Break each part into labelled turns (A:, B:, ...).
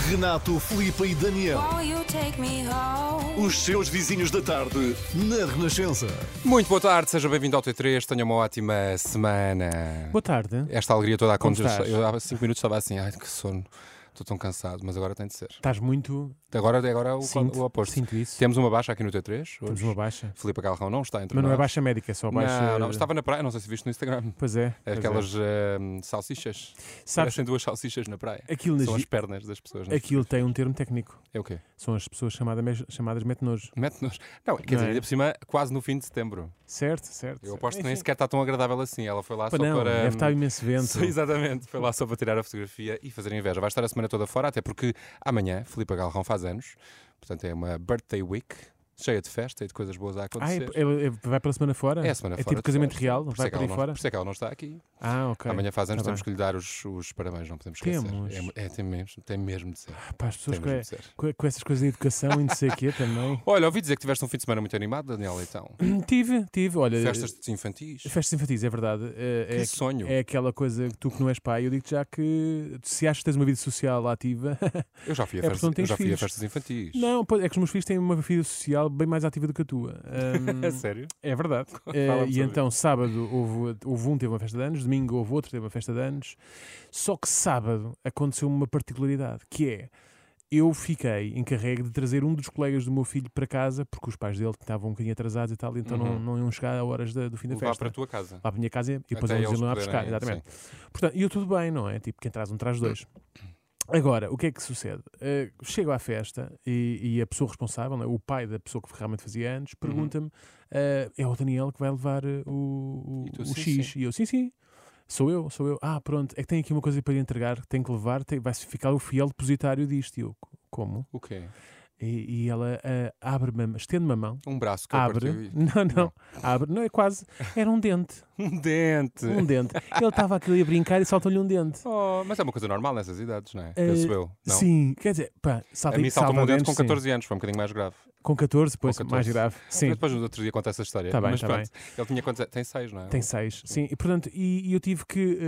A: Renato, Filipe e Daniel. Os seus vizinhos da tarde, na Renascença.
B: Muito boa tarde, seja bem-vindo ao T3, tenha uma ótima semana.
C: Boa tarde.
B: Esta alegria toda a
C: Como
B: acontecer.
C: estás?
B: Eu há 5 minutos estava assim, ai que sono, estou tão cansado, mas agora tem de ser.
C: Estás muito...
B: Agora é o oposto.
C: Sinto isso.
B: Temos uma baixa aqui no T3 hoje.
C: Temos uma baixa.
B: Filipe Galrão não está entre
C: Mas
B: nós.
C: não é baixa médica, é só baixa...
B: Não, estava na praia, não sei se viste no Instagram.
C: Pois é.
B: Aquelas salsichas.
C: Sabes,
B: Parecem 2 salsichas na praia.
C: aquilo,
B: São as pernas das pessoas.
C: aquilo tem um termo técnico.
B: É o quê?
C: São as pessoas chamadas mete-nojo.
B: Mete-nos. Não, quer
C: Não
B: dizer,
C: é?
B: ainda por cima, quase no fim de setembro.
C: Certo.
B: Eu aposto que nem
C: Enfim.
B: sequer está tão agradável assim. Ela foi lá
C: Pá,
B: só
C: não,
B: para...
C: deve estar imenso vento.
B: Sim, exatamente, foi lá só para tirar a fotografia e fazer inveja. Vai estar a semana toda fora, até porque amanhã Filipe Galrão faz anos, portanto é uma birthday week, cheia de festa e de coisas boas a acontecer.
C: Vai pela semana fora?
B: É a semana
C: É
B: fora.
C: tipo casamento
B: festa.
C: real?
B: Por isso
C: Vai
B: é que
C: por aí
B: ela
C: fora?
B: Por isso é que ela não está aqui.
C: Ah, ok.
B: Amanhã faz anos,
C: Tá
B: temos
C: bem.
B: que lhe dar os parabéns, não podemos esquecer.
C: Temos.
B: Tem mesmo de ser.
C: Pá, as pessoas
B: Tem mesmo de ser.
C: com essas coisas de educação e não sei o quê também.
B: Olha, ouvi dizer que tiveste um fim de semana muito animado, Daniel, então.
C: Tive. Olha...
B: Festas infantis.
C: Festas infantis, é verdade.
B: Que sonho.
C: É aquela coisa que tu que não és pai, eu digo já que se achas que tens uma vida social ativa...
B: Eu já fui a
C: É porque não tens filhos.
B: festas infantis.
C: Não, é que os meus filhos têm uma vida social bem mais ativa do que a tua.
B: É sério?
C: É verdade.
B: Fala-me
C: E
B: sobre
C: então, sábado houve um teve uma festa de anos, domingo houve outro teve uma festa de anos. Só que sábado aconteceu uma particularidade, que é, eu fiquei encarregue de trazer um dos colegas do meu filho para casa, porque os pais dele estavam um bocadinho atrasados e tal, então não iam chegar a horas do fim da
B: Levar
C: festa.
B: para a tua casa.
C: Lá para a minha casa e depois
B: Até
C: eles iam lá
B: eles
C: buscar.
B: poderem,
C: Exatamente. Portanto, e eu tudo bem, não é? Tipo, quem traz um traz dois. Agora, o que é que sucede? Chego à festa e a pessoa responsável, não é? O pai da pessoa que realmente fazia anos, pergunta-me: é o Daniel que vai levar o
B: E tu,
C: o
B: sim,
C: X?
B: sim.
C: E eu, sim. Sou eu. Ah, pronto, é que tem aqui uma coisa para lhe entregar, tem que levar, vai ficar o fiel depositário disto. E eu, como?
B: O quê?
C: E ela abre-me, estende-me a mão.
B: Um braço que ele partiu.
C: Abre, não, abre, não é quase, era um dente.
B: Um dente.
C: Ele estava aqui a brincar e saltou-lhe um dente.
B: Oh, mas é uma coisa normal nessas idades, não é? Penso eu. Não?
C: Sim, quer dizer, pá,
B: A mim saltou-me um dente com
C: sim.
B: 14 anos, foi um bocadinho mais grave.
C: Com 14, depois
B: Com 14.
C: mais grave. Sim,
B: Mas depois no outro dia conta essa história.
C: Tá bem,
B: mas
C: tá
B: pronto, ele tinha quantos? Tem 6, não é?
C: tem 6. Sim, e portanto, e eu tive que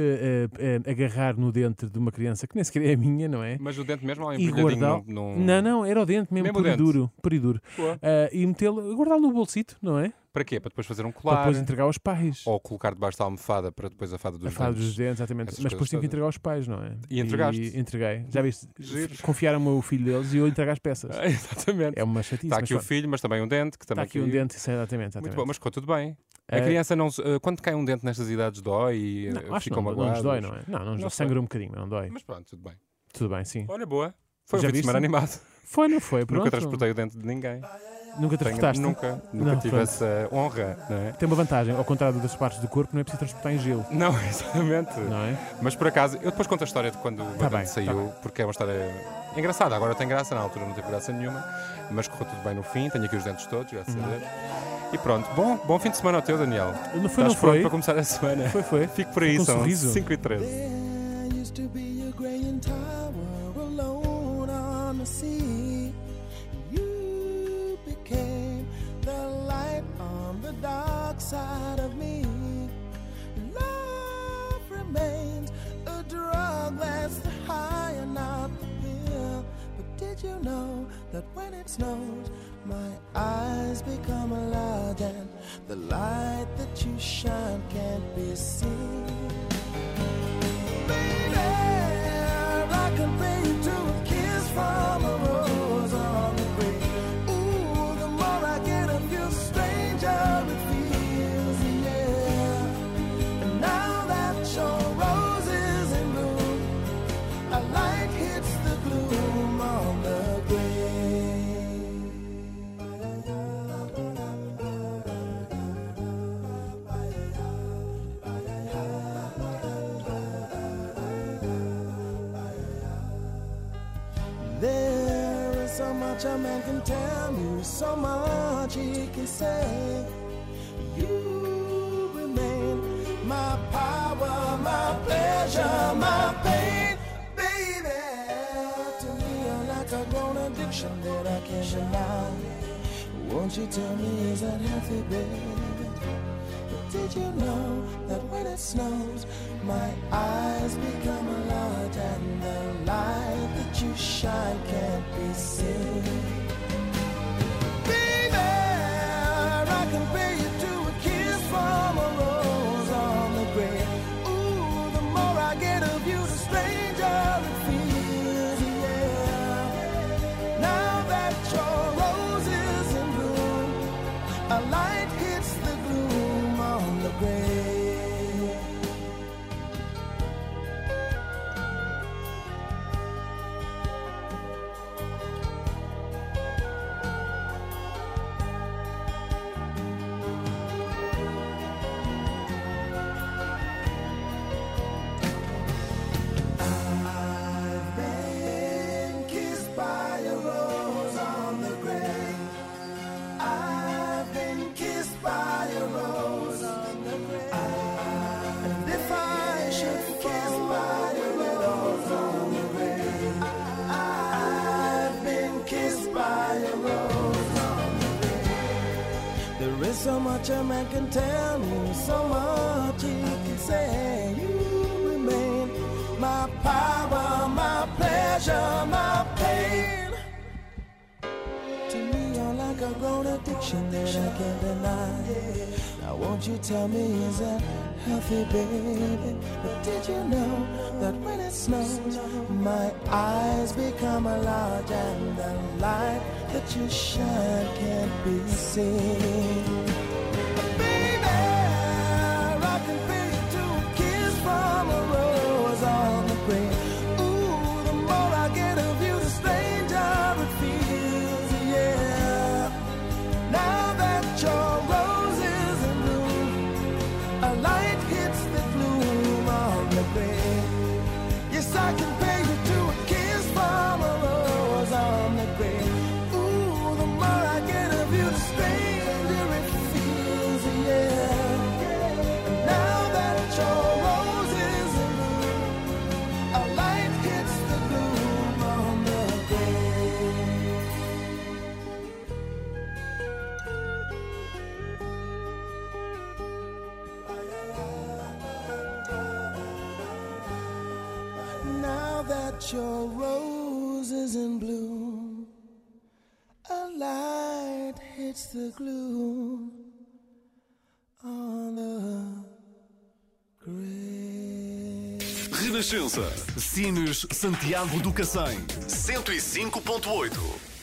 C: agarrar no dente de uma criança que nem sequer é a minha, não é?
B: Mas o dente mesmo ou
C: E
B: embrulhadinho
C: guardá-lo.
B: num...
C: Não, era o dente mesmo,
B: Mesmo
C: puro
B: o
C: e
B: dente?
C: duro. Puro e duro.
B: Boa.
C: E metê-lo, guardá-lo no bolsito, não é?
B: Para quê? Para depois fazer um
C: Para
B: colar?
C: depois entregar aos pais.
B: Ou colocar debaixo da almofada para depois a fada dos
C: A fada
B: dentes?
C: dos dentes, exatamente.
B: Essas
C: Mas
B: coisas
C: depois tive que
B: todas.
C: entregar aos pais, não é?
B: E entregaste?
C: E entreguei. Já viste?
B: Giro.
C: Confiaram-me o filho deles e eu entreguei as peças.
B: Exatamente.
C: É uma chatice.
B: Está
C: mas
B: aqui o
C: pronto.
B: filho, mas também um dente. Que
C: Está
B: também
C: aqui um dente, exatamente.
B: Muito bom, mas ficou tudo bem. A
C: Eh,
B: criança não... Quando cai um dente nestas idades dói e
C: Não, acho que
B: ficam
C: não
B: magoados.
C: nos dói, não é? Não nos
B: Não
C: dói.
B: sei.
C: Sangra um bocadinho, mas não dói.
B: Mas pronto, tudo bem.
C: Tudo bem, sim.
B: Olha, boa. Foi um
C: Já
B: fim de
C: viste?
B: semana animado.
C: Foi, não foi? Pronto.
B: Nunca transportei o dente de ninguém.
C: Nunca transportaste?
B: Nunca
C: Não,
B: tive
C: pronto.
B: essa honra, não é?
C: Tem uma vantagem, ao contrário das partes do corpo, não é preciso transportar em gelo,
B: Não, exatamente.
C: não é?
B: Mas por acaso, eu depois conto a história de quando o
C: Tá
B: dente
C: bem,
B: saiu,
C: tá
B: porque é uma história engraçada. Agora tem graça, na altura não teve graça nenhuma, mas correu tudo bem no fim. Tenho aqui os dentes todos, graças a Deus. E pronto, bom fim de semana ao teu, Daniel.
C: Não foi,
B: Estás
C: não
B: pronto
C: foi?
B: para começar a semana?
C: Foi.
B: Fico por aí,
C: Com um
B: são
C: sorriso.
B: 5h13.
D: There used to be a graying tower alone on the sea. You became the light on the dark side of me. Love remains a drug that's the high and not the pill. But did you know that when it snows, my eyes become large and the light that you shine can't be seen? Baby, I compare you to a kiss from a rose on the grave. Ooh, the more I get of you, stranger it feels, yeah. And now that your rose is in bloom, a light hits the gloom on the grave. There is so much a man can tell you, so much he can say. You remain my power, my pleasure, my pain, baby. To me, you're like a grown addiction that I can't deny. Won't you tell me, is that healthy, baby? did you know that when it snows, my eyes become large and the light that you shine can't be seen? Baby, I compare you to a kiss from a rose on the grave. Ooh, the more I get of you, the stranger it feels, yeah. Now that your rose is in bloom, a light hits the gloom on the grave. I've been kissed by a rose on the grave. I've been kissed by a rose on the grave. And if I should fall by a rose on the grave, I've been kissed by a rose on the grave. There is so much a man can tell me, so much he can say. You remain my power, my pleasure, my pain. To me, you're like a grown addiction that I can't deny. Now won't you tell me, is that healthy, baby? But did you know that when it snows, my eyes become large and the light that you shine can't be seen? Baby, I compare you to a kiss from a rose on the grave. Ooh, the more I get of you, the stranger it feels, yeah. Now that your rose is in bloom, a light hits the gloom on the grave. Yes, I compare you to a kiss from a rose on the grave. Ooh, the more I get of you, the stranger it feels, yeah. And now that your rose is in bloom, a light hits the gloom on the grave. Now that your rose is in bloom, a light hits the gloom on the grave.
A: Renascença. Cines Santiago do Cacém. 105.8.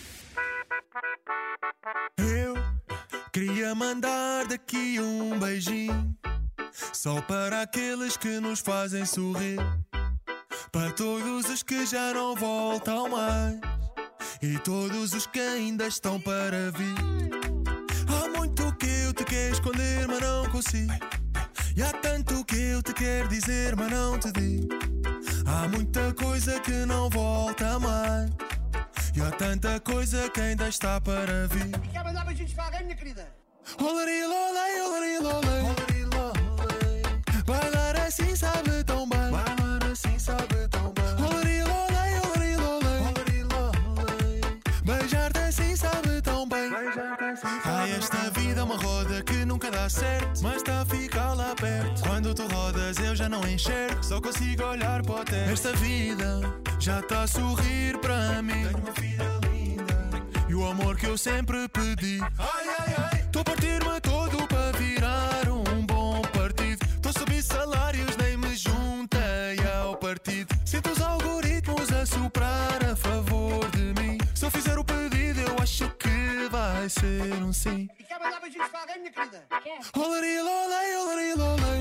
E: Eu queria mandar daqui um beijinho, só para aqueles que nos fazem sorrir, para todos os que já não voltam mais e todos os que ainda estão para vir. Há muito que eu te quero esconder, mas não consigo. E há tanto que eu te quero dizer, mas não te digo. Há muita coisa que não volta mais e há tanta coisa que ainda está para vir.
F: E quer mandar beijinhos para alguém, minha querida?
E: Olari, lolei, olari, lolei. Bailar assim sabe tão bem. Bailar assim sabe tão bem. Olari, lolei, olari, lolei. Beijar-te assim sabe tão bem. Ai, esta vida é uma roda que nunca dá certo, mas está a ficar lá perto. Quando tu rodas eu já não enxergo, só consigo olhar para o teto. Esta vida já está a sorrir para mim. Tenho uma filha linda e o amor que eu sempre pedi. Ai, ai, ai. Estou a partir-me todo para virar um bom partido. Estou a subir salários, nem me juntei ao partido. Sinto os algoritmos a soprar a favor de mim. Se eu fizer o pedido eu acho que vai ser um sim.
F: E quer mandar beijinhos para alguém, minha querida?
E: Olari, lolei, olari, lolei.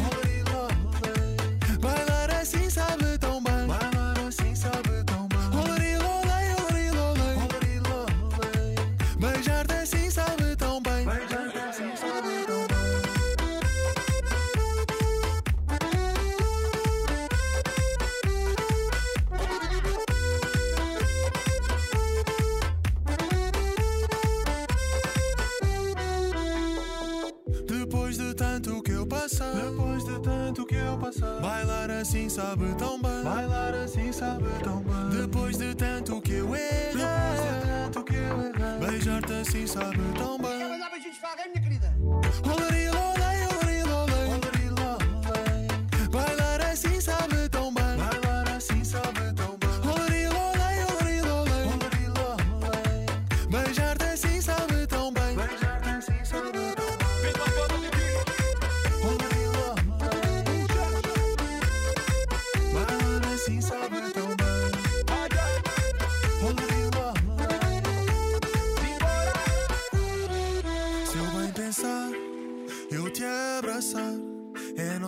E: Bailar assim sabe tão bem. Bailar assim sabe tão bem. Olari, lolei, olari, lolei. Beijar-te assim sabe tão bem. Beijar-te assim sabe tão bem. Depois de tanto que eu passar, bailar assim sabe tão bem. Bailar assim sabe tão bem. Depois de tanto que eu errei, beijar-te assim sabe tão bem.
F: Quer mandar beijinhos para alguém, minha querida?
E: Olari, lolei, olari, lolei.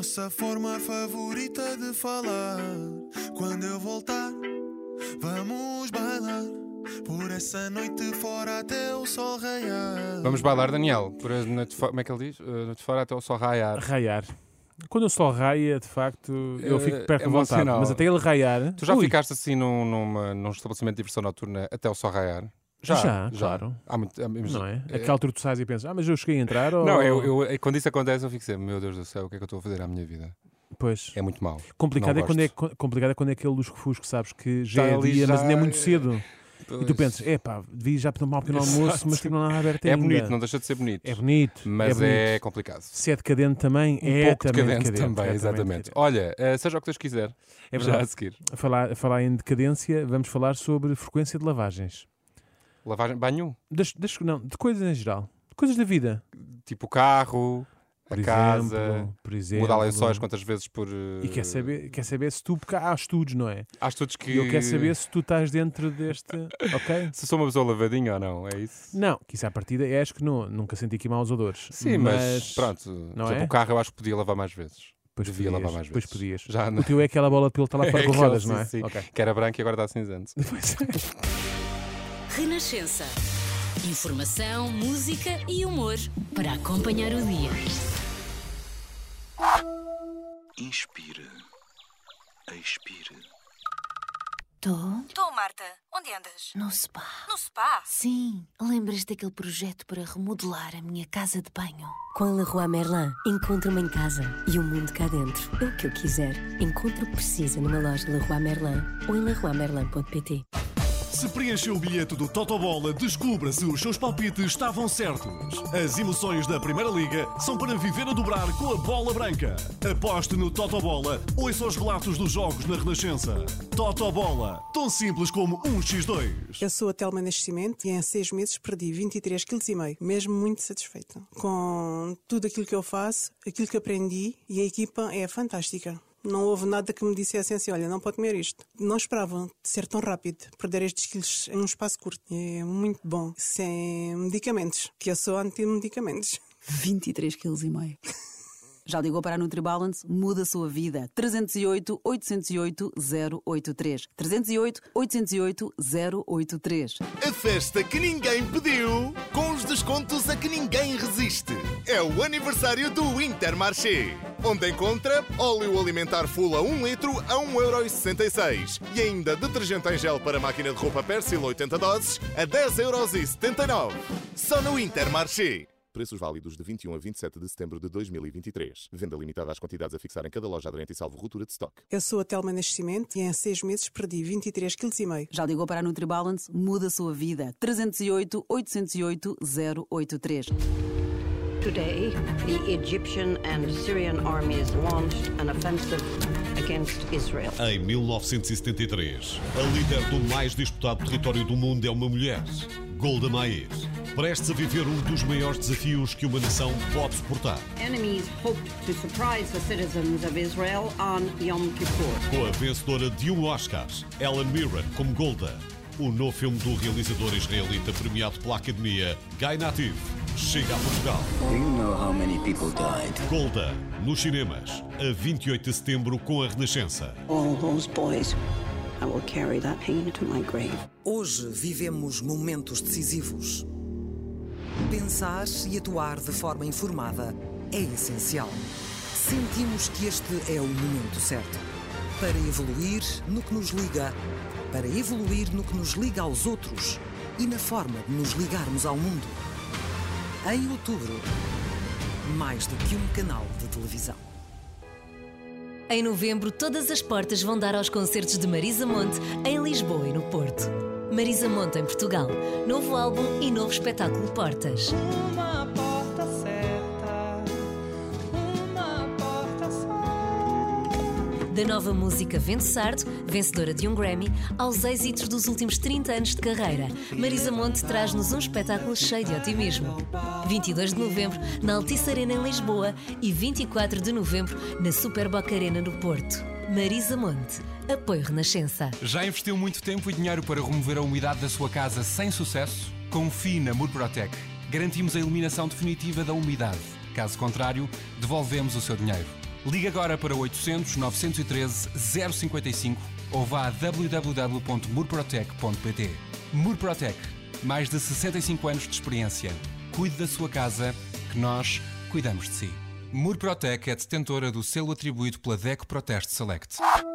E: nossa forma favorita de falar. Quando eu voltar, vamos bailar por essa noite fora até o sol raiar.
B: Vamos bailar, Daniel, por a noite como é que ele diz? Noite fora até o sol raiar.
C: Raiar. Quando o sol raia, de facto, eu fico perto de
B: bom
C: vontade.
B: sinal.
C: Mas até ele raiar...
B: Tu já
C: Ui,
B: ficaste assim num estabelecimento de diversão noturna até o sol raiar?
C: Já, claro.
B: Mas
C: Não é? Aquela altura tu sais e pensas, mas eu cheguei a entrar ou...
B: Não, quando isso acontece eu fico sempre, meu Deus do céu, o que é que eu estou a fazer à minha vida?
C: Pois.
B: É muito mau.
C: Complicado
B: Não
C: é, quando é,
B: gosto.
C: complicado é quando é aquele lusco-fusco, sabes, que já
B: Está
C: é
B: ali
C: dia, mas
B: já-
C: ainda é muito cedo. E tu
B: Pois.
C: pensas, devia já tomar um pequeno
B: Exato.
C: almoço, mas tipo, não há nada aberto
B: É
C: ainda.
B: bonito, não deixa de ser bonito.
C: É bonito.
B: Mas
C: bonito.
B: é complicado.
C: Se é decadente também,
B: Um
C: é
B: pouco
C: também
B: decadente também,
C: é
B: exatamente.
C: decadente.
B: Olha, seja o que Deus quiser,
C: É
B: já
C: verdade.
B: a seguir.
C: A falar em decadência, vamos falar sobre frequência de lavagens.
B: Lavagem, banho,
C: Não, de coisas em geral. De coisas da vida.
B: tipo o carro,
C: Por
B: a casa,
C: por exemplo.
B: mudar lençóis quantas vezes por...
C: E quer saber se tu... Porque há estudos, não é?
B: Há estudos que...
C: E eu quero saber se tu estás dentro deste... Ok?
B: Se sou uma pessoa lavadinha ou não, é isso?
C: Não, que isso à partida é, acho que nunca senti aqui maus odores.
B: Sim, mas pronto.
C: Não
B: Por exemplo,
C: é?
B: o carro eu acho que podia lavar mais vezes.
C: Pois
B: Devia
C: podias,
B: lavar mais
C: pois
B: vezes.
C: podias.
B: Já não.
C: O teu é aquela bola de pelo que está lá fora
B: É
C: com
B: aquele,
C: rodas, não é?
B: sim, sim.
C: Ok.
B: Que era branco e agora está cinzento.
C: Pois é.
G: Renascença. Informação, música e humor para acompanhar o dia.
H: Inspire. Expire.
I: Tô
J: Estou, Marta. Onde andas?
I: no spa.
J: No spa?
I: Sim, lembras daquele projeto para remodelar a minha casa de banho?
K: Com a Leroy Merlin, encontra-me em casa e o mundo cá dentro. É o que eu quiser. Encontre o que precisa numa loja Leroy Merlin ou em leroymerlin.pt.
A: Se preencheu o bilhete do Totobola, descubra se os seus palpites estavam certos. As emoções da Primeira Liga são para viver a dobrar com a bola branca. Aposte no Totobola, ouça os relatos dos jogos na Renascença. Totobola, tão simples como 1x2.
F: Eu sou a Telma Nascimento e em 6 meses perdi 23,5 kg, mesmo muito satisfeita. Com tudo aquilo que eu faço, aquilo que aprendi, e a equipa é fantástica. Não houve nada que me dissessem assim, olha, não pode comer isto. Não esperavam de ser tão rápido, perder estes quilos em um espaço curto. É muito bom, sem medicamentos, que eu sou anti-medicamentos.
L: 23,5 kg. Já ligou para a NutriBalance? Muda a sua vida. 308 808 083. 308 808 083.
M: A festa que ninguém pediu, com os descontos a que ninguém resiste. É o aniversário do Intermarché, onde encontra óleo alimentar full a 1 litro a 1,66€. E ainda detergente em gel para máquina de roupa Persil 80 doses a 10,79€. Só no Intermarché. Preços válidos de 21 a 27 de setembro de 2023. Venda limitada às quantidades a fixar em cada loja aderente e salvo ruptura de stock.
F: Eu sou a Telma Nascimento e em 6 meses perdi 23,5 kg.
L: Já ligou para a NutriBalance? Muda a sua vida. 308 808 083.
N: Today, the Egyptian and Syrian armies launched an offensive against Israel.
O: Em 1973, a líder do mais disputado território do mundo é uma mulher, Golda Meir, prestes a viver um dos maiores desafios que uma nação pode suportar.
N: Enemies hoped to surprise the citizens of Israel on Yom Kippur.
O: Com a vencedora de um Oscar, Helen Mirren, como Golda, o novo filme do realizador israelita premiado pela Academia, Guy Nativ, chega a Portugal.
H: Do you know how many people died?
O: Golda, nos cinemas, a 28 de setembro com a Renascença.
N: All those boys, I will carry that pain to my grave.
P: Hoje vivemos momentos decisivos. Pensar e atuar de forma informada é essencial. Sentimos que este é o momento certo para evoluir no que nos liga, para evoluir no que nos liga aos outros e na forma de nos ligarmos ao mundo. Em outubro, mais do que um canal de televisão.
G: Em novembro, todas as portas vão dar aos concertos de Marisa Monte em Lisboa e no Porto. Marisa Monte em Portugal. Novo álbum e novo espetáculo Portas.
D: Uma porta certa, uma porta só.
G: Da nova música Vento Sardo, vencedora de um Grammy, aos êxitos dos últimos 30 anos de carreira, Marisa Monte traz-nos um espetáculo cheio de otimismo. 22 de novembro, na Altice Arena em Lisboa e 24 de novembro, na Super Boca Arena no Porto. Marisa Monte. Apoio Renascença.
Q: Já investiu muito tempo e dinheiro para remover a umidade da sua casa sem sucesso? Confie na Murprotec. Garantimos a eliminação definitiva da umidade. Caso contrário, devolvemos o seu dinheiro. Liga agora para 800 913 055 ou vá a www.murprotec.pt. Murprotec, mais de 65 anos de experiência. Cuide da sua casa, que nós cuidamos de si. Murprotec é detentora do selo atribuído pela DECO Proteste Select.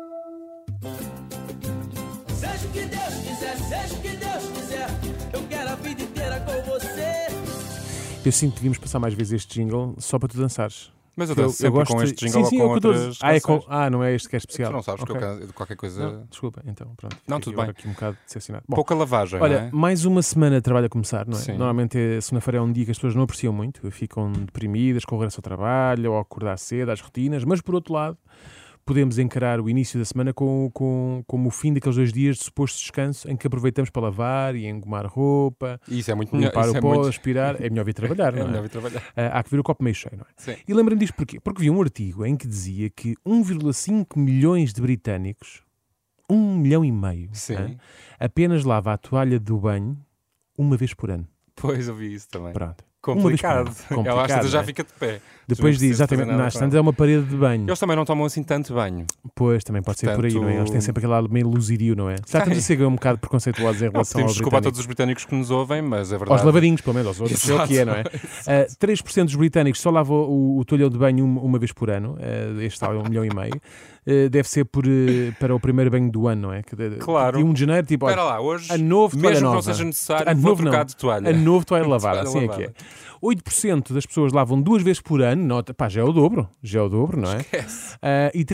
D: Seja o que Deus quiser, seja o que Deus quiser, eu quero a vida inteira com você.
C: Eu sinto que devíamos passar mais vezes este jingle só para tu dançares.
B: Mas eu danço sempre com este jingle ou com outras canções.
C: Não é este que é especial.
B: Tu não sabes
C: Ok.
B: que eu qualquer coisa...
C: Não, desculpa, então, pronto.
B: Não,
C: Fiquei
B: tudo bem.
C: agora aqui um bocado decepcionado. Bom,
B: Pouca lavagem,
C: olha,
B: não é?
C: mais uma semana de trabalho a começar, não é?
B: Sim.
C: Normalmente a segunda-feira é um dia que as pessoas não apreciam muito, ficam deprimidas com o regresso ao trabalho ou acordar cedo, às rotinas, mas por outro lado, podemos encarar o início da semana como o fim daqueles 2 dias de suposto descanso em que aproveitamos para lavar e engomar roupa,
B: E isso é muito melhor.
C: limpar
B: isso
C: o
B: é
C: pó,
B: muito-
C: aspirar. É melhor vir trabalhar, não é?
B: É melhor vir trabalhar.
C: Há que ver o copo meio cheio, não é?
B: Sim.
C: E lembrem-me disto porquê? Porque vi um artigo em que dizia que 1,5 milhões de britânicos, 1,5 milhão,
B: Sim.
C: apenas lava a toalha do banho uma vez por ano.
B: Pois, eu vi isso também.
C: Pronto.
B: Complicado.
C: Complicado,
B: Ela às tantas já
C: não é?
B: fica de pé.
C: Depois
B: Não
C: diz,
B: precisa fazer
C: exatamente,
B: nada
C: nas
B: com
C: tantas
B: ela.
C: é uma parede de banho.
B: Eles também não tomam assim tanto banho.
C: Pois, também pode ser por aí, não é? Eles têm sempre aquele lado meio luzidio, não é? Já estamos a ser um bocado preconceituosos em
B: Não,
C: relação
B: pedimos
C: aos
B: desculpa a
C: britânicos.
B: todos os britânicos que nos ouvem, mas é verdade.
C: Aos lavadinhos, pelo menos, aos outros, é o que é, não é? 3% dos britânicos só lavam o toalhão de banho uma vez por ano, este tal é 1,5 milhão. Deve ser para o primeiro banho do ano, não é?
B: Claro.
C: E 1 de janeiro, tipo,
B: Espera
C: olha,
B: lá, hoje,
C: a novo toalha
B: mesmo que
C: nova.
B: não seja necessário,
C: A
B: vou
C: novo
B: trocar
C: não.
B: de toalha.
C: A novo toalha lavada,
B: Toalha
C: assim
B: lavada.
C: é que é. 8% das pessoas lavam 2 vezes por ano, nota, pá, já é o dobro, não é?
B: Esquece.
C: E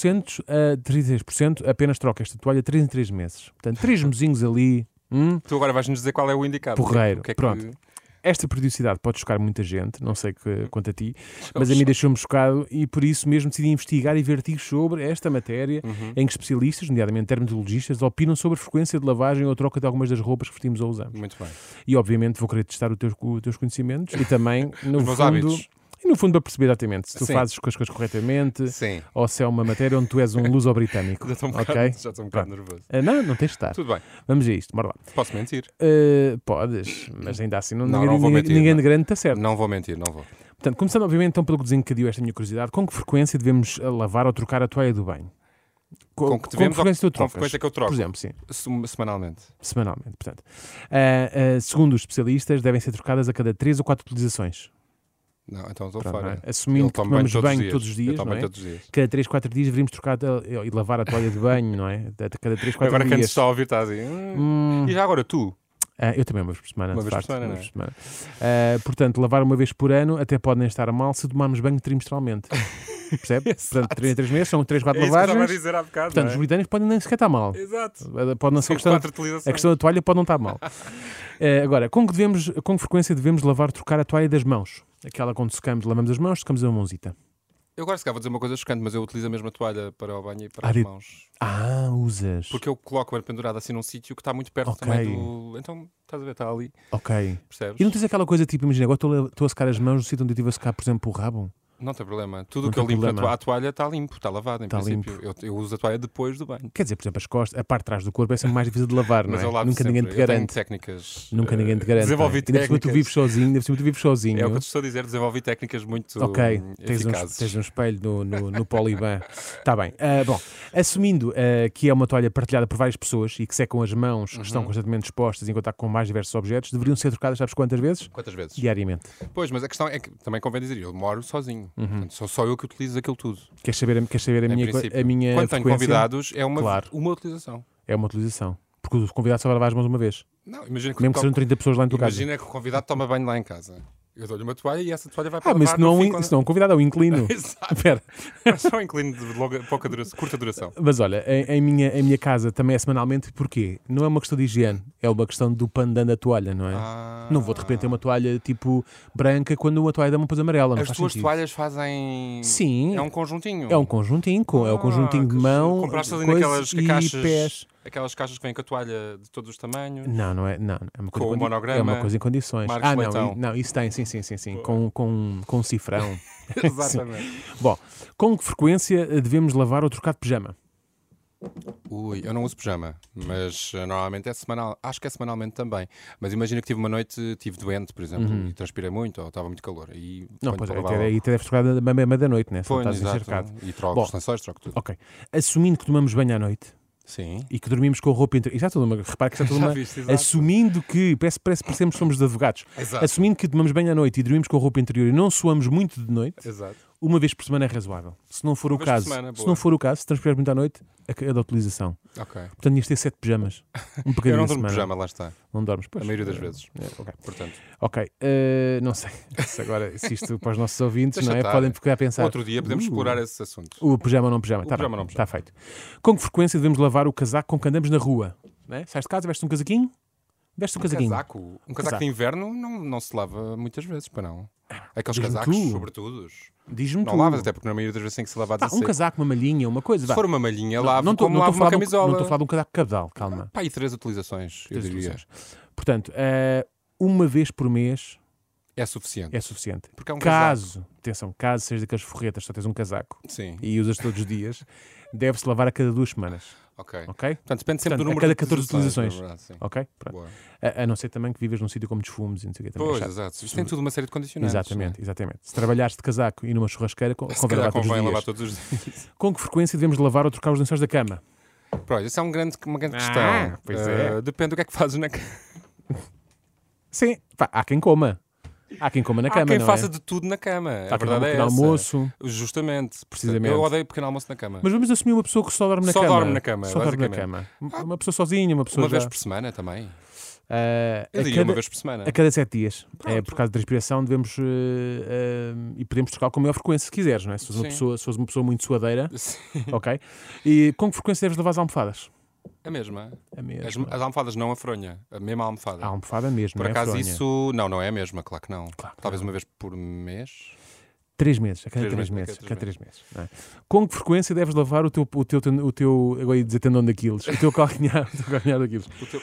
C: 33% apenas troca esta toalha 3 em 3 meses. Portanto, 3 mesinhos ali.
B: Tu agora vais-nos dizer qual é o indicado.
C: Porreiro.
B: O que é que-
C: Pronto. Esta periodicidade pode chocar muita gente, não sei quanto a ti, mas a mim deixou-me chocado e por isso mesmo decidi investigar e ver artigos sobre esta matéria em que especialistas, nomeadamente dermatologistas, opinam sobre a frequência de lavagem ou troca de algumas das roupas que vestimos ou usamos.
B: Muito bem.
C: E obviamente vou querer testar os teus conhecimentos e também, no
B: Os meus
C: fundo...
B: hábitos.
C: E no fundo para perceber exatamente se tu
B: Sim.
C: fazes as coisas corretamente
B: Sim.
C: ou se é uma matéria onde tu és um luso-britânico.
B: Já estou um bocado-
C: ok?
B: já estou um bocado
C: Pronto.
B: nervoso.
C: Não tens de estar.
B: Tudo bem.
C: Vamos a isto, bora lá.
B: Posso mentir?
C: Podes, mas ainda assim
B: Não
C: ninguém,
B: vou mentir,
C: ninguém
B: não.
C: de grande está certo.
B: Não vou mentir, não vou.
C: Portanto, começando obviamente então pelo que desencadeou esta minha curiosidade, com que frequência devemos lavar ou trocar a toalha do banho?
B: Com que devemos
C: com frequência tu
B: ou com
C: trocas?
B: frequência que eu troco?
C: Por exemplo, sim.
B: Semanalmente.
C: Semanalmente, portanto. Segundo os especialistas, devem ser trocadas a cada 3 ou 4 utilizações.
B: Não, então estou
C: Pronto,
B: fora.
C: não é? Assumindo
B: Eu
C: que
B: tomo
C: tomamos
B: banho
C: banho todos os dias,
B: Eu tomo
C: não
B: banho
C: é?
B: todos os dias.
C: Cada 3, 4 dias deveríamos trocar e lavar a toalha de banho, não é? Cada 3, 4
B: Agora que antes
C: dias.
B: só a ouvir está assim. E já agora tu?
C: Eu também uma vez por semana,
B: Uma
C: de
B: vez por
C: facto,
B: semana,
C: uma
B: não é?
C: vez por semana. Portanto, lavar uma vez por ano até pode nem estar mal se tomarmos banho trimestralmente. Percebe? Portanto, 3 em 3 meses são 3, 4
B: É isso que eu estava a
C: lavagens.
B: dizer há bocado,
C: Portanto,
B: não é?
C: os britânicos podem nem sequer estar mal.
B: Exato.
C: Pode não ser
B: São
C: a questão,
B: 4 utilizações.
C: a questão da toalha pode não estar mal. Agora, com que frequência devemos lavar, trocar a toalha das mãos? Aquela quando secamos, lavamos as mãos, secamos a mãozita.
B: Eu agora se calhar vou dizer uma coisa chocante, mas eu utilizo a mesma toalha para o banho e para
C: Ah,
B: as mãos.
C: Usas.
B: Porque eu coloco-a pendurada assim num sítio que está muito perto
C: Ok.
B: também do... Então, estás a ver, está ali.
C: Ok.
B: Percebes?
C: E não tens aquela coisa tipo, imagina, agora estou a secar as mãos no sítio onde eu estive a secar, por exemplo, o rabo?
B: Não tem problema. Tudo o
C: Não
B: que eu
C: tem
B: limpo
C: problema.
B: a toalha está limpo, está lavado em
C: Está
B: princípio. Eu uso a toalha depois do banho.
C: Quer dizer, por exemplo, as costas, a parte de trás do corpo é sempre mais difícil de lavar, não
B: Mas
C: é?
B: eu lavo
C: Nunca
B: sempre.
C: ninguém te
B: Eu tenho
C: garante.
B: técnicas.
C: Nunca ninguém te garante.
B: Desenvolvi
C: Ainda por cima tu
B: técnicas.
C: vives sozinho, ainda por cima tu vives sozinho.
B: É o que eu te estou a dizer, desenvolvi técnicas muito
C: Ok,
B: eficazes.
C: tens um espelho no Poliban. Está bem. Bom, assumindo que é uma toalha partilhada por várias pessoas e que secam as mãos, que estão constantemente expostas em contato com mais diversos objetos, deveriam ser trocadas, sabes quantas vezes?
B: Quantas vezes?
C: Diariamente.
B: Pois, mas a questão é que também convém dizer, eu moro sozinho. Portanto, sou só eu que utilizo aquilo tudo.
C: Queres saber a
B: Em
C: minha
B: princípio.
C: a minha
B: Quando tenho
C: frequência?
B: convidados, é uma
C: Claro.
B: utilização.
C: É uma utilização. Porque o convidado só vai lavar as mãos uma vez.
B: Não, imagina que
C: Mesmo que sejam 30 pessoas lá em tua casa.
B: Imagina que o convidado toma banho lá em casa. Eu dou-lhe uma toalha e essa toalha vai para
C: Mas
B: lavar
C: isso não,
B: no fim
C: isso
B: quando-
C: não é um convidado, é um inclino.
B: Exato.
C: Espera.
B: É só um inclino de curta duração.
C: Mas olha, em minha casa também é semanalmente, porquê? Não é uma questão de higiene, é uma questão do pandan da toalha, não é? Não vou de repente ter uma toalha tipo branca quando uma toalha dá uma coisa amarela. Não
B: As
C: faz
B: tuas
C: sentido.
B: toalhas fazem...
C: Sim.
B: É um conjuntinho.
C: É um conjuntinho, é o conjuntinho de mão,
B: Compraste ali
C: coisa
B: naquelas
C: e
B: caixas...
C: pés.
B: Aquelas caixas que vêm com a toalha de todos os tamanhos.
C: Não é uma coisa
B: Com o monograma.
C: É uma coisa em condições.
B: Marcos Leitão.
C: Não, isso tem, sim. Com um cifrão.
B: Exatamente.
C: Sim. Bom, com que frequência devemos lavar ou trocar de pijama?
B: Ui, eu não uso pijama, mas normalmente é semanal. Acho que é semanalmente também. Mas imagina que tive uma noite, estive doente, por exemplo, e transpirei muito, ou estava muito calor. Aí
C: não, pois aí deves trocar da meia-noite, né?
B: Põe,
C: Estás
B: exato.
C: encharcado.
B: E troco os lençóis, troco tudo.
C: Ok. Assumindo que tomamos banho à noite.
B: Sim.
C: E que dormimos com a roupa interior. Repara que já toda uma.
B: Viste,
C: assumindo que. Parecemos que somos de advogados.
B: Exato.
C: Assumindo que tomamos banho à noite e dormimos com a roupa interior e não suamos muito de noite.
B: Exato.
C: Uma vez por semana é razoável. Se não for o caso, se transpirares muito à noite, é da utilização.
B: Ok.
C: Portanto, ias ter 7 pijamas. Um para cada
B: eu não
C: dia
B: durmo
C: semana.
B: pijama, lá está.
C: Não dormes, pois.
B: A maioria das vezes.
C: Okay.
B: Portanto.
C: Ok. Não sei. Se isto para os nossos ouvintes,
B: Deixa
C: não é?
B: estar.
C: Podem ficar a pensar.
B: Outro dia podemos explorar esse assunto.
C: O pijama ou não pijama. Está feito. Com que frequência devemos lavar o casaco com que andamos na rua? Né? Sais de casa, vestes um casaquinho? Veste um casaquinho.
B: Um casaco de inverno não se lava muitas vezes, para não. Aqueles casacos, sobretudo.
C: Diz-me
B: não lavas, até porque na maioria das vezes tem que se lavar
C: um casaco, uma malhinha, uma coisa.
B: Se for uma malhinha, lavo como lavo uma camisola.
C: Não estou a falar de um casaco cabedal, calma.
B: Pá, e 3 utilizações, eu diria.
C: Portanto, uma vez por mês
B: é suficiente.
C: É suficiente.
B: Porque é um
C: caso seja daqueles forretas, só tens um casaco e usas todos os dias, deve-se lavar a cada 2 semanas.
B: Ok.
C: Portanto,
B: depende sempre do número
C: a cada
B: de
C: 14 utilizações.
B: Verdade,
C: ok? A não ser também que vivas num sítio como desfumes e não sei o que.
B: Pois, exato. Isto tem tudo uma série de condicionantes.
C: Exatamente. Se trabalhares de casaco e numa churrasqueira, convém lavar todos os dias. Com que frequência devemos lavar ou trocar os lençóis da cama?
B: Pronto, isso é uma grande questão.
C: Pois é.
B: Depende do que é que fazes na cama.
C: Sim, há quem coma. Há quem coma na cama,
B: Há quem
C: não
B: faça
C: é?
B: de tudo na cama.
C: Há
B: A verdade é essa.
C: almoço.
B: Justamente.
C: Precisamente.
B: Eu odeio pequeno almoço na cama.
C: Mas vamos assumir uma pessoa que só dorme na
B: cama.
C: Só
B: dorme na cama.
C: Uma pessoa sozinha, uma pessoa
B: vez por semana também.
C: Eu
B: diria uma vez por semana.
C: A cada 7 dias. Por causa da transpiração devemos e podemos trocar com a maior frequência se quiseres, não é? Se fores uma pessoa muito suadeira. Ok? E com que frequência deves lavar as almofadas?
B: A mesma. As almofadas, não a fronha. A mesma almofada.
C: A almofada mesmo.
B: Por acaso
C: é
B: isso. Não é a mesma, claro que não. Talvez uma vez por mês.
C: 3 meses, a cada 3 meses. Não é? Com que frequência deves lavar o teu agora ia dizer tendão daqueles, o teu calcanhar daqueles.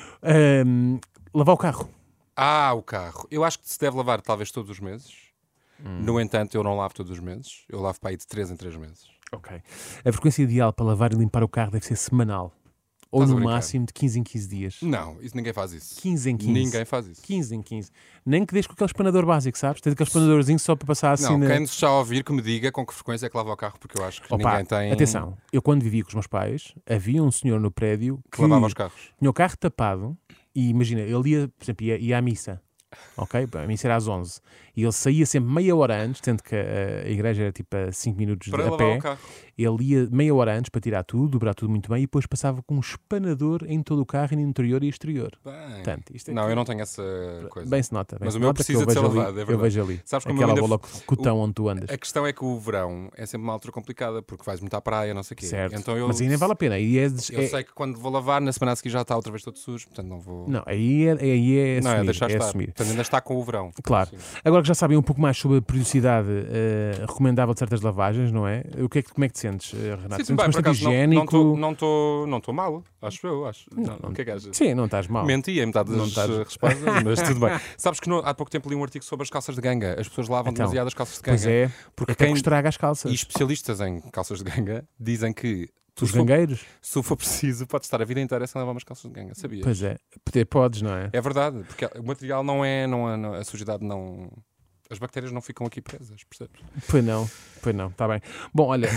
C: Lavar o carro.
B: O carro. Eu acho que se deve lavar talvez todos os meses. No entanto, eu não lavo todos os meses. Eu lavo para aí de 3 em 3 meses.
C: Ok. A frequência ideal para lavar e limpar o carro deve ser semanal. Ou no máximo de 15 em 15 dias.
B: Não, ninguém faz isso.
C: 15 em 15.
B: Ninguém faz isso.
C: 15 em 15. Nem que deixes com aquele espanador básico, sabes? Tens aquele espanadorzinho só para passar assim.
B: Não, quem nos está a ouvir que me diga com que frequência é que lava o carro, porque eu acho que ninguém tem.
C: Atenção, eu quando vivia com os meus pais, havia um senhor no prédio que
B: lavava os carros.
C: Tinha o carro tapado e imagina, ele ia, por exemplo, ia à missa. Ok? A missa era às 11. E ele saía sempre meia hora antes, tendo que a igreja era tipo a 5 minutos
B: para
C: a pé.
B: O carro.
C: Ele ia meia hora antes para tirar tudo, dobrar tudo muito bem e depois passava com um espanador em todo o carro, interior e exterior. Portanto, isto
B: não, eu não tenho essa coisa.
C: Bem se nota.
B: Mas o meu precisa de ser lavado, é verdade.
C: Eu vejo ali.
B: Sabes como
C: aquela bola cotão onde tu andas.
B: A questão é que o verão é sempre uma altura complicada, porque vais muito à praia, não sei o quê.
C: Certo.
B: Então
C: mas aí nem vale a pena.
B: Eu sei que quando vou lavar, na semana a seguir já está outra vez todo sujo, portanto não vou...
C: Não, aí é assumir.
B: Não, é deixar estar.
C: Assumir.
B: Portanto ainda está com o verão.
C: Claro. Agora que já sabem um pouco mais sobre a periodicidade recomendável de certas lavagens, não é? Como é que te sentes, Renato?
B: Sinto-me bastante higiênico? Não estou mal, acho eu. O que é que achas?
C: Sim, não estás mal.
B: Menti em metade das respostas, mas tudo bem. Sabes que há pouco tempo li um artigo sobre as calças de ganga. As pessoas lavam demasiado as calças de ganga.
C: Pois é, porque quem estraga as calças.
B: E especialistas em calças de ganga dizem que
C: os gangueiros?
B: Se for preciso, podes estar a vida inteira sem lavar umas calças de ganga, sabias?
C: Pois é, podes, não é?
B: É verdade, porque o material a sujidade não... As bactérias não ficam aqui presas, percebes?
C: Pois não, está bem. Bom, olha,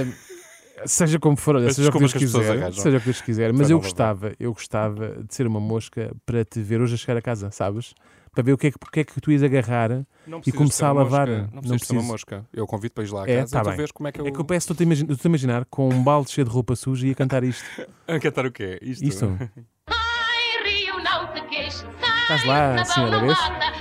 C: seja como for, olha, seja o que Deus quiser, mas eu gostava de ser uma mosca para te ver hoje a chegar a casa, sabes? Para ver o que é que tu ias agarrar e começar a lavar.
B: Não precisas ser uma mosca. Eu convido para ir lá a casa
C: tá
B: e tu vês como é que eu...
C: É que eu peço, estou-te a imaginar com um balde cheio de roupa suja e a cantar isto.
B: A cantar o quê? Isto?
R: Ai, Rio, não te queixes.
C: Estás lá, senhora, vês?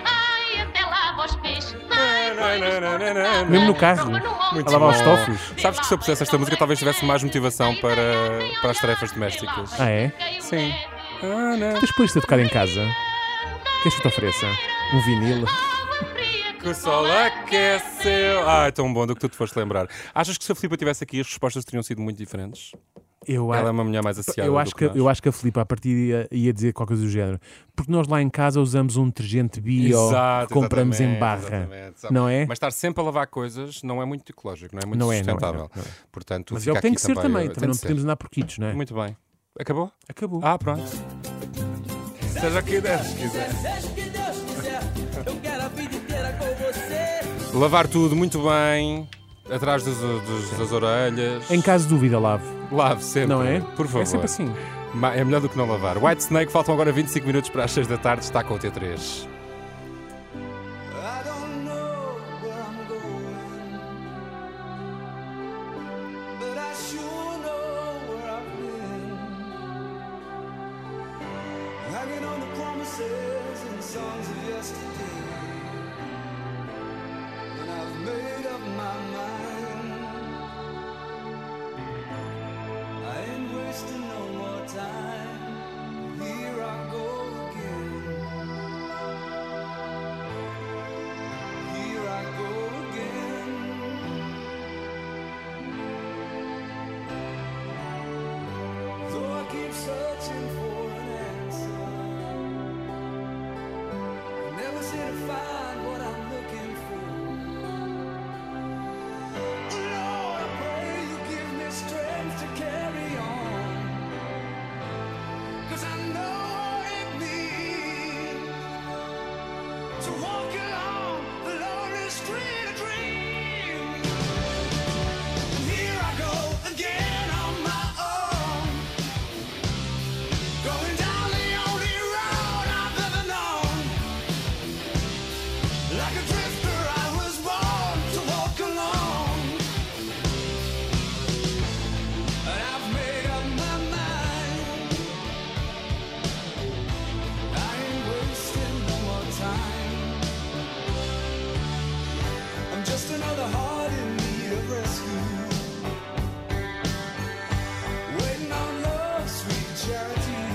C: Mesmo no carro, a lavar os tofos.
B: Sabes que se eu pusesse esta música talvez tivesse mais motivação para as tarefas domésticas.
C: Ah, é?
B: Sim.
C: Tens por isto a tocar em casa? Queres que te ofereça? Um vinil?
B: Que o sol aqueceu. É tão bom do que tu te foste lembrar. Achas que se a Filipa estivesse aqui as respostas teriam sido muito diferentes? Ela é uma mulher mais asseada
C: eu
B: do
C: acho
B: que nós.
C: Eu acho que a Filipe, à partida, ia dizer qualquer coisa do género. Porque nós lá em casa usamos um detergente bio
B: Exato,
C: que compramos em
B: exatamente,
C: barra.
B: exatamente.
C: Não é?
B: Mas estar sempre a lavar coisas não é muito ecológico, não é muito
C: Não é,
B: sustentável.
C: não é.
B: Portanto,
C: Mas é
B: fica
C: o que tem
B: aqui
C: que ser também.
B: tem
C: Também não
B: de ser.
C: podemos andar por quitos, não é?
B: Muito bem. Acabou?
C: Acabou.
B: Ah, pronto. Seja o que Deus quiser.
D: Seja o que Deus quiser, eu quero a vida inteira com você.
B: Lavar tudo muito bem, atrás das orelhas.
C: Em caso de dúvida, lave.
B: Lave sempre.
C: Não é?
B: Por favor.
C: É sempre assim.
B: É melhor do que não lavar. White Snake, faltam agora 25 minutos para as 6 da tarde, está com o T3.
D: I don't know where I'm going, but I sure know where I've been. Hanging on the promises and songs of yesterday, and I've made up my mind. I ain't wasting no more time. Here I go again. Here I go again. Though I keep searching for an answer, I never seem to find what I'm looking for. Lord, I pray you give me strength to carry on, 'cause I know it means to walk along the lonely street of dreams. And here I go again on my own, going down the only road I've ever known. Like a drifter I was born to walk alone, and I've made up my mind. I ain't wasting no more time. I'm just another heart in need of rescue, waiting on love's sweet charity.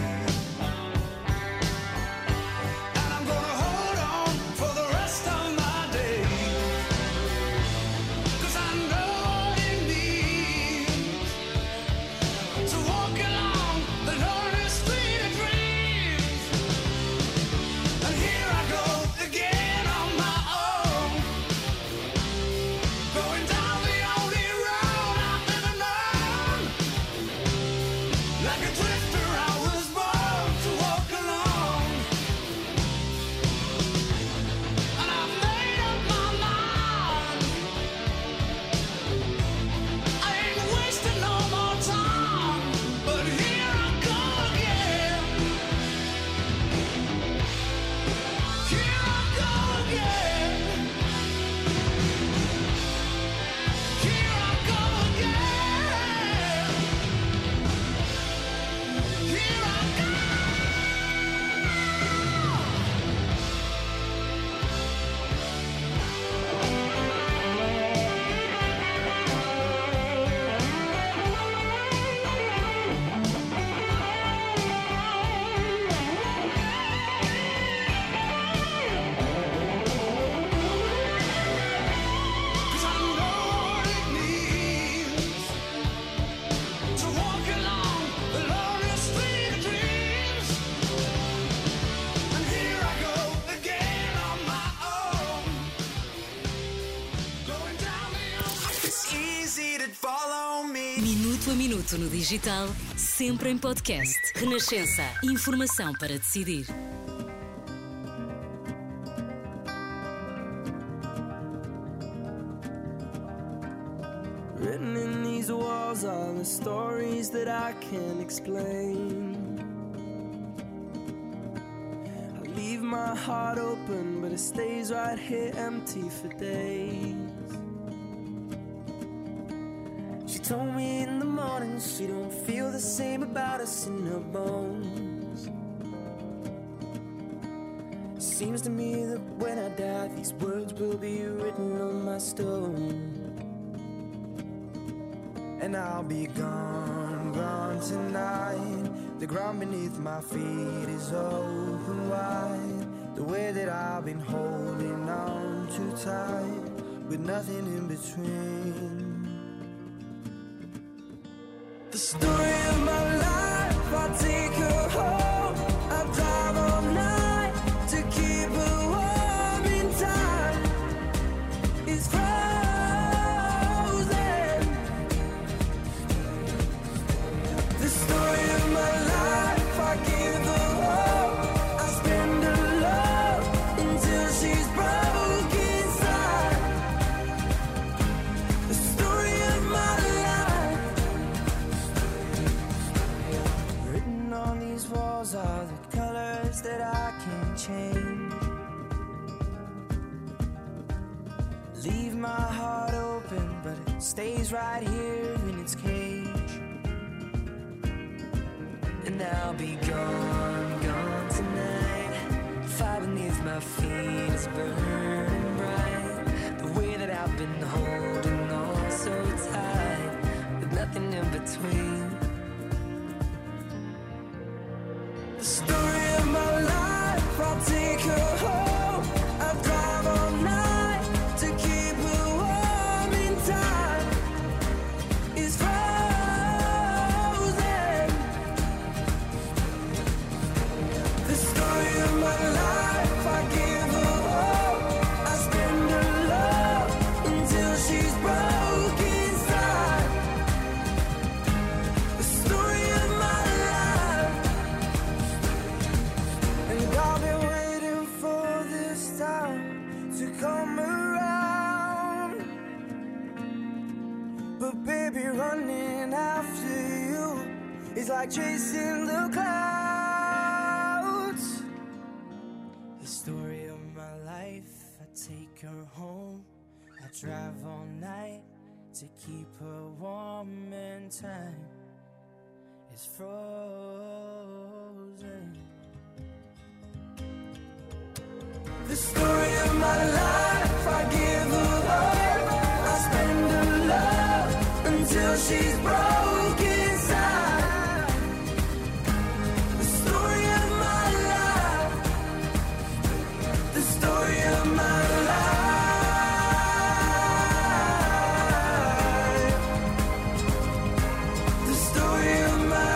D: And I'm gonna hold on for the rest of my days, 'cause I know what it means to walk along the lonely street of dreams. And here I go again on my own, going down the only road I've ever known. Like a drifter I was born to walk alone, and I've made up my mind. I ain't wasting no more time, but here I go again. Here I go again. Here I go again. Here I go. Cause I know what it means to walk along the lonely street of dreams. And here I go again on my own, going down the It's easy to follow me.
G: Minuto a minuto no digital, sempre em podcast. Renascença. Informação para decidir.
D: Written in these walls are the stories that I can't explain. I leave my heart open, but it stays right here empty for days. She told me in the morning she don't feel the same about us in her bones. Seems to me that when I die, these words will be written on my stone. And I'll be gone, gone tonight. The ground beneath my feet is open wide. The way that I've been holding on too tight, with nothing in between. The story I'll take her home. I'll drive all night to keep her warm in time. It's frozen. The story of my life, I give her hope. I spend her love until she's broke inside. The story of my life. Written on these walls are the colors that I can't change. Leave my heart open, but it stays right here in its cage. And I'll be gone, gone tonight. Fire beneath my feet is burning bright. The way that I've been holding on so tight, with nothing in between. The story of my life, I'll take her home. I'll drive all night to keep her warm in time. It's frozen. The story of my life, I give her hope. I spend her love until she's broke inside. The story of my life. And I've been waiting for this time to come around. But baby, running after you is like chasing the clouds. The story of my life, I take her home. I drive all night to keep her warm in time. It's frozen. The story of my life, I give her hope. I spend her love until she's broke inside. The story of my life. The story of my life. The story of my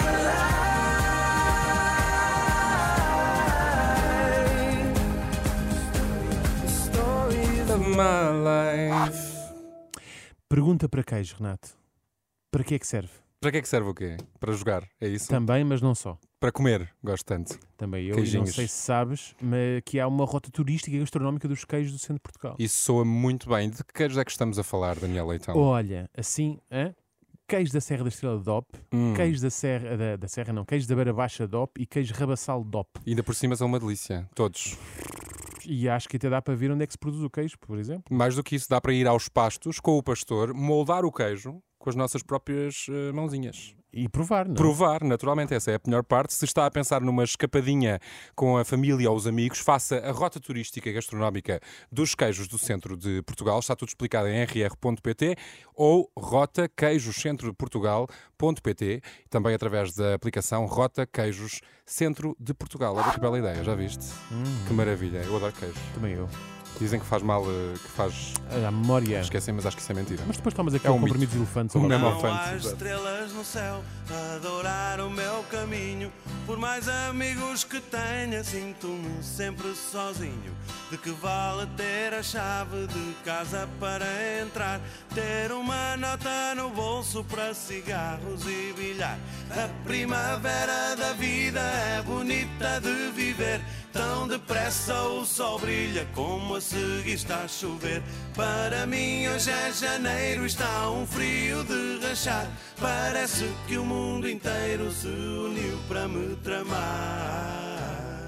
D: life. The story of
B: My life.
C: Pergunta para queijo, Renato. Para que é que serve?
B: Para que é que serve o quê? Para jogar, é isso?
C: Também, mas não só.
B: Para comer, gosto tanto.
C: Também eu, e não
B: Queijinhos.
C: sei se sabes, mas que há uma rota turística e gastronómica dos queijos do centro de Portugal.
B: Isso soa muito bem. De que queijos é que estamos a falar, Daniel Leitão?
C: Olha, assim, queijo da Serra da Estrela DOP, queijo da Serra, da Serra não, queijo da Beira Baixa DOP e queijo Rabassal DOP.
B: E ainda por cima são uma delícia, todos.
C: E acho que até dá para ver onde é que se produz o queijo, por exemplo.
B: Mais do que isso, dá para ir aos pastos com o pastor, moldar o queijo com as nossas próprias mãozinhas.
C: E provar, não é?
B: Provar, naturalmente, essa é a melhor parte. Se está a pensar numa escapadinha com a família ou os amigos, faça a rota turística e gastronómica dos queijos do centro de Portugal. Está tudo explicado em rr.pt ou Rota Queijos Centro de Portugal.pt, também através da aplicação Rota Queijos Centro de Portugal. Olha que bela ideia, já viste? Que maravilha, eu adoro queijo.
C: Também eu.
B: Dizem que faz mal, que faz...
C: A memória.
B: Esquecem, mas acho que isso é mentira.
C: Mas depois tomas aqui
B: um
C: comprimidos de
B: mito.
C: elefantes.
B: Um
C: ou
B: nemo
C: lá.
B: elefante.
E: Há
B: exato.
E: estrelas no céu a adorar o meu caminho. Por mais amigos que tenha, sinto-me sempre sozinho. De que vale ter a chave de casa para entrar? Ter uma nota no bolso para cigarros e bilhar. A primavera da vida é bonita de viver. Tão depressa o sol brilha como a seguir está a chover. Para mim hoje é janeiro, está um frio de rachar. Parece que o mundo inteiro se uniu para me tramar.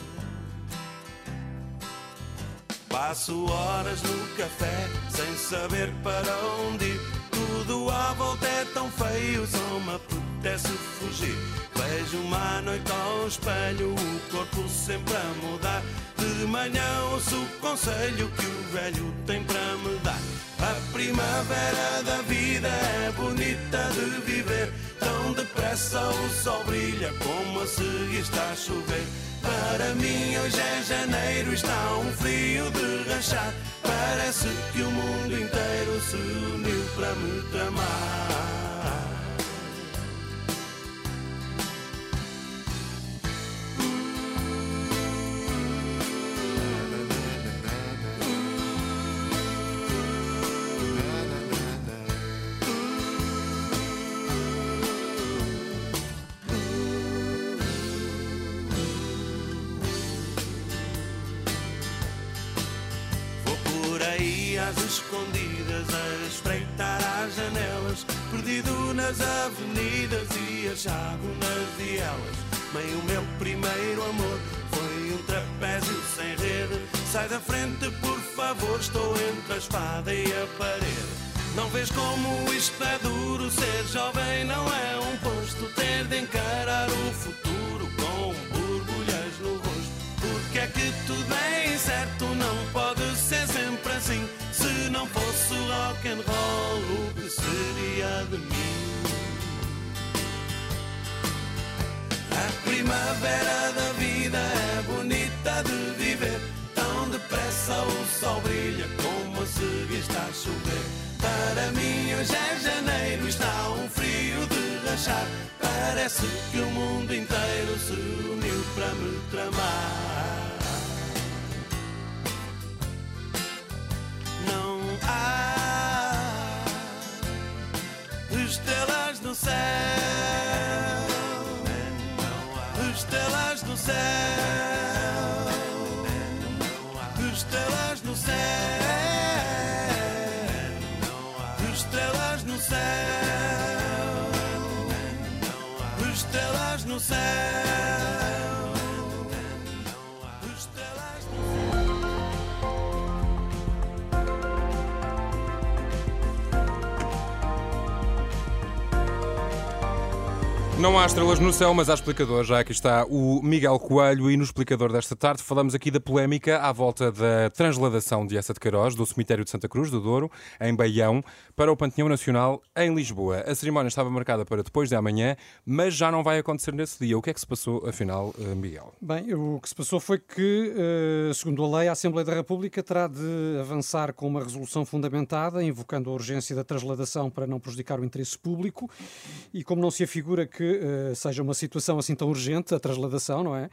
E: Passo horas no café sem saber para onde ir. Tudo à volta é tão feio, só me apetece fugir. Vejo uma noite ao espelho, o corpo sempre a mudar. De manhã ouço o conselho que o velho tem para me dar. A primavera da vida é bonita de viver. Tão depressa o sol brilha como a seguir está a chover. Para mim hoje é janeiro, está um frio de rachar. Parece que o mundo inteiro se uniu para me tramar.
S: aí às escondidas a espreitar às janelas, perdido nas avenidas e achado nas vielas. Bem, o meu primeiro amor foi um trapézio sem rede. Sai da frente, por favor, estou entre a espada e a parede. Não vês como isto é duro, ser jovem não é um posto, ter de encarar o futuro com borbulhas no rosto. Porque é que tudo é incerto, não pode ser sempre assim. Se não fosse o rock and roll, o que seria de mim? A primavera da vida é bonita de viver. Tão depressa o sol brilha como a seguir está a chover. Para mim hoje é janeiro, está um frio de rachar. Parece que o mundo inteiro se uniu para me tramar. Não há estrelas no céu, estrelas no céu, estrelas no céu, estrelas no céu, estrelas no céu.
B: Não há estrelas no céu, mas há explicador. Já aqui está o Miguel Coelho e no explicador desta tarde falamos aqui da polémica à volta da transladação de Eça de Queiroz do cemitério de Santa Cruz do Douro, em Baião, para o Panteão Nacional em Lisboa. A cerimónia estava marcada para depois de amanhã, mas já não vai acontecer nesse dia. O que é que se passou, afinal, Miguel?
T: Bem, o que se passou foi que, segundo a lei, a Assembleia da República terá de avançar com uma resolução fundamentada, invocando a urgência da transladação para não prejudicar o interesse público, e como não se afigura que seja uma situação assim tão urgente, a transladação, não é?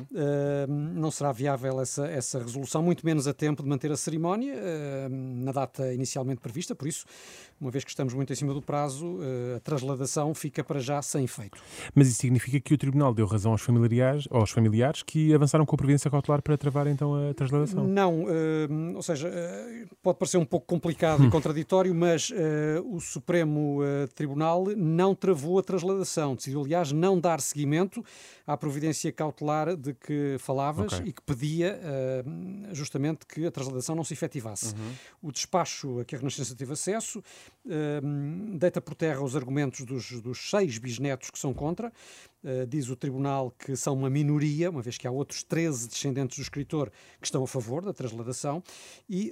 T: Não será viável essa resolução, muito menos a tempo de manter a cerimónia na data inicialmente prevista, por isso, uma vez que estamos muito em cima do prazo, a transladação fica para já sem efeito.
C: Mas isso significa que o Tribunal deu razão aos familiares que avançaram com a previdência cautelar para travar então a transladação?
T: Não, ou seja, pode parecer um pouco complicado e contraditório, mas o Supremo Tribunal não travou a transladação, decidiu aliás não dar seguimento à providência cautelar de que falavas e que pedia justamente que a transladação não se efetivasse. O despacho a que a Renascença teve acesso deita por terra os argumentos dos 6 bisnetos que são contra. Diz o Tribunal que são uma minoria, uma vez que há outros 13 descendentes do escritor que estão a favor da transladação, e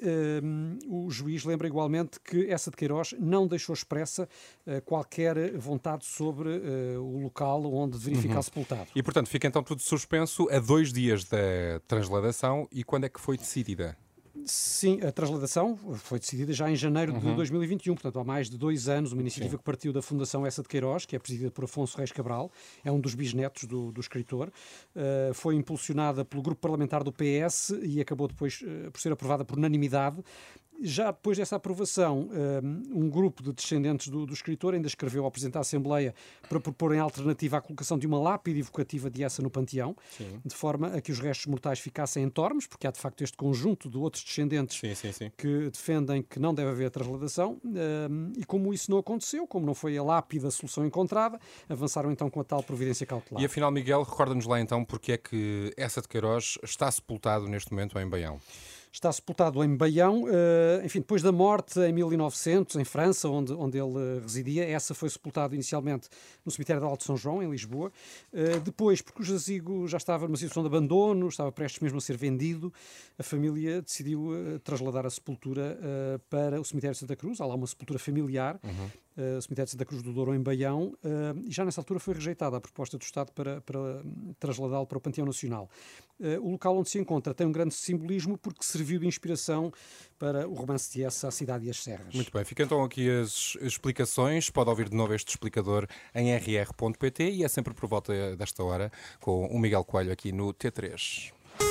T: o juiz lembra igualmente que Eça de Queiroz não deixou expressa qualquer vontade sobre o local onde deveria ficar sepultado.
B: E, portanto, fica então tudo suspenso a 2 dias da transladação. E quando é que foi decidida?
T: Sim, a transladação foi decidida já em janeiro de 2021, portanto há mais de 2 anos, uma iniciativa que partiu da Fundação Eça de Queiroz, que é presidida por Afonso Reis Cabral, é um dos bisnetos do escritor, foi impulsionada pelo grupo parlamentar do PS e acabou depois por ser aprovada por unanimidade. Já depois dessa aprovação, um grupo de descendentes do escritor ainda escreveu ao Presidente da Assembleia para propor em alternativa a colocação de uma lápide evocativa de Eça no Panteão, de forma a que os restos mortais ficassem em Tormes, porque há de facto este conjunto de outros descendentes que defendem que não deve haver transladação, e como isso não aconteceu, como não foi a lápide a solução encontrada, avançaram então com a tal providência cautelar.
B: E afinal, Miguel, recorda-nos lá então porque é que Eça de Queiroz está sepultado neste momento em Baião.
T: Está sepultado em Baião, enfim, depois da morte em 1900, em França, onde ele residia. Eça foi sepultado inicialmente no cemitério de Alto São João, em Lisboa. Depois, porque o jazigo já estava numa situação de abandono, estava prestes mesmo a ser vendido, a família decidiu trasladar a sepultura para o cemitério de Santa Cruz. Há lá uma sepultura familiar, o cemitério de Santa Cruz do Douro, em Baião, e já nessa altura foi rejeitada a proposta do Estado para trasladá-lo para o Panteão Nacional. O local onde se encontra tem um grande simbolismo porque serviu de inspiração para o romance de Eça, A Cidade e as Serras.
B: Muito bem, ficam então aqui as explicações. Pode ouvir de novo este explicador em rr.pt e é sempre por volta desta hora com o Miguel Coelho aqui no T3.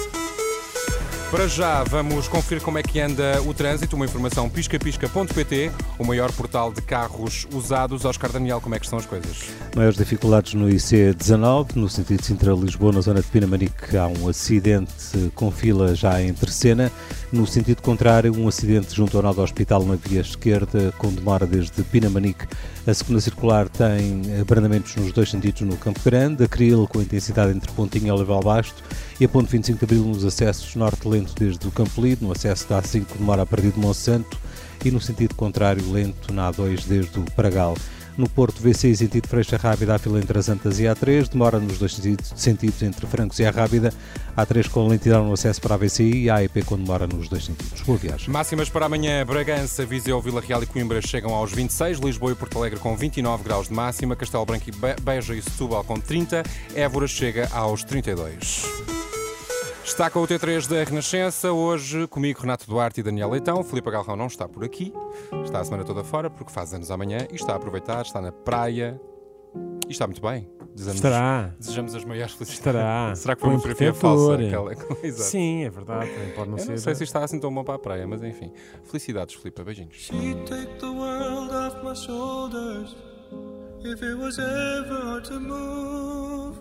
B: Para já, vamos conferir como é que anda o trânsito. Uma informação piscapisca.pt, o maior portal de carros usados. Oscar Daniel, como é que estão as coisas?
U: Maiores dificuldades no IC19, no sentido de Sintra-Lisboa, na zona de Pinamanique, há um acidente com fila já em Terceira. No sentido contrário, um acidente junto ao nó do hospital na via esquerda, com demora desde Pinamanique. A segunda circular tem abrandamentos nos dois sentidos no Campo Grande, a Cril com intensidade entre Pontinho e Olival Basto e a ponte 25 de Abril nos acessos norte lento desde o Campo Lido, no acesso da A5 demora a partir de Monsanto e no sentido contrário lento na A2 desde o Paragal. No Porto, VCI sentido Freixa Rábida, a fila entre as Antas e a A3, demora nos dois sentidos entre Francos e a Rábida, A3 com lentidão no acesso para a VCI e a AEP com demora nos dois sentidos. Boa viagem.
B: Máximas para amanhã: Bragança, Viseu, Vila Real e Coimbra chegam aos 26, Lisboa e Porto Alegre com 29 graus de máxima, Castelo Branco e Beja e Setúbal com 30, Évora chega aos 32. Está com o T3 da Renascença, hoje comigo Renato Duarte e Daniel Leitão. Filipe Galrão não está por aqui, está a semana toda fora porque faz anos amanhã e está a aproveitar, está na praia e está muito bem. Desejamos as maiores felicidades.
C: Estará.
B: Será que foi uma fotografia falsa?
C: Exato. Sim, é verdade. Pode não ser.
B: Não sei se está assim tão bom para a praia, mas enfim. Felicidades, Filipe. Beijinhos.
S: She'd take the world off my shoulders if it was ever hard to move.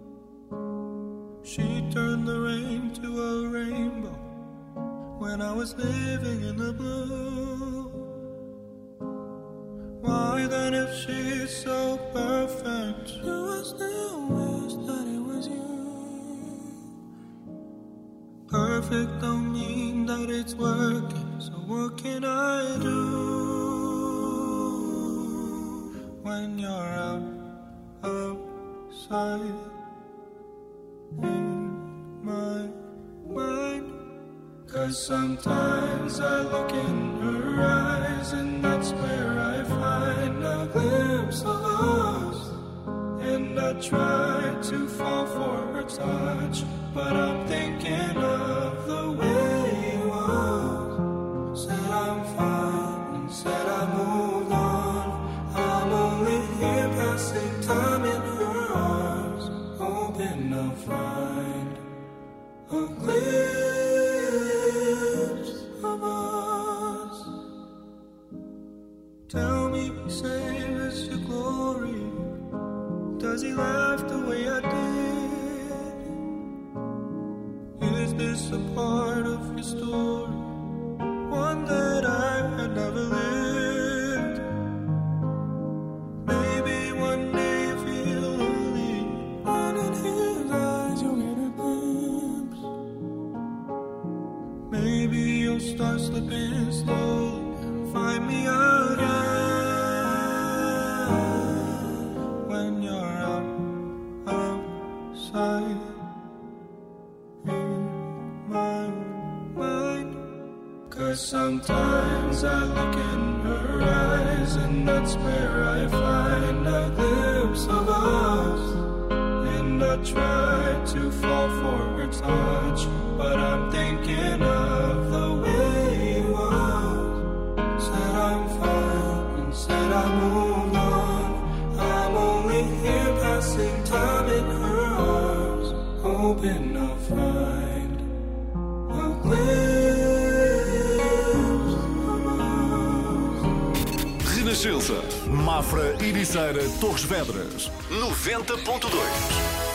S: She turned the rain to a rainbow when I was living in the blue. Why then, if she's so perfect, do I still wish that it was you? Perfect don't mean that it's working, so what can I do when you're outside? In my mind, 'cause sometimes I look in her eyes and that's where I find a glimpse of us. And I try to fall for her touch, but I'm thinking of the way it was. Said I'm fine and said I moved on. I'm only here passing time in her arms, hoping I'll find a glimpse of us. Tell me, save us your glory. Does he laugh the way I did? Is this a part of your story? One that I had never lived? Maybe one day you feel lonely, and in his eyes you'll get a glimpse. Maybe you'll start slipping slowly and find me again when you're outside in my mind. 'Cause sometimes I look in her eyes and that's where I find a glimpse of us. And I try to fall for her touch, but I'm thinking of the way it was. Said I'm fine and said I moved on. I'm only here passing time in her arms, hoping I'll find a glimpse of us.
A: Renascença, Mafra, Ericeira, Torres Vedras, 90.2.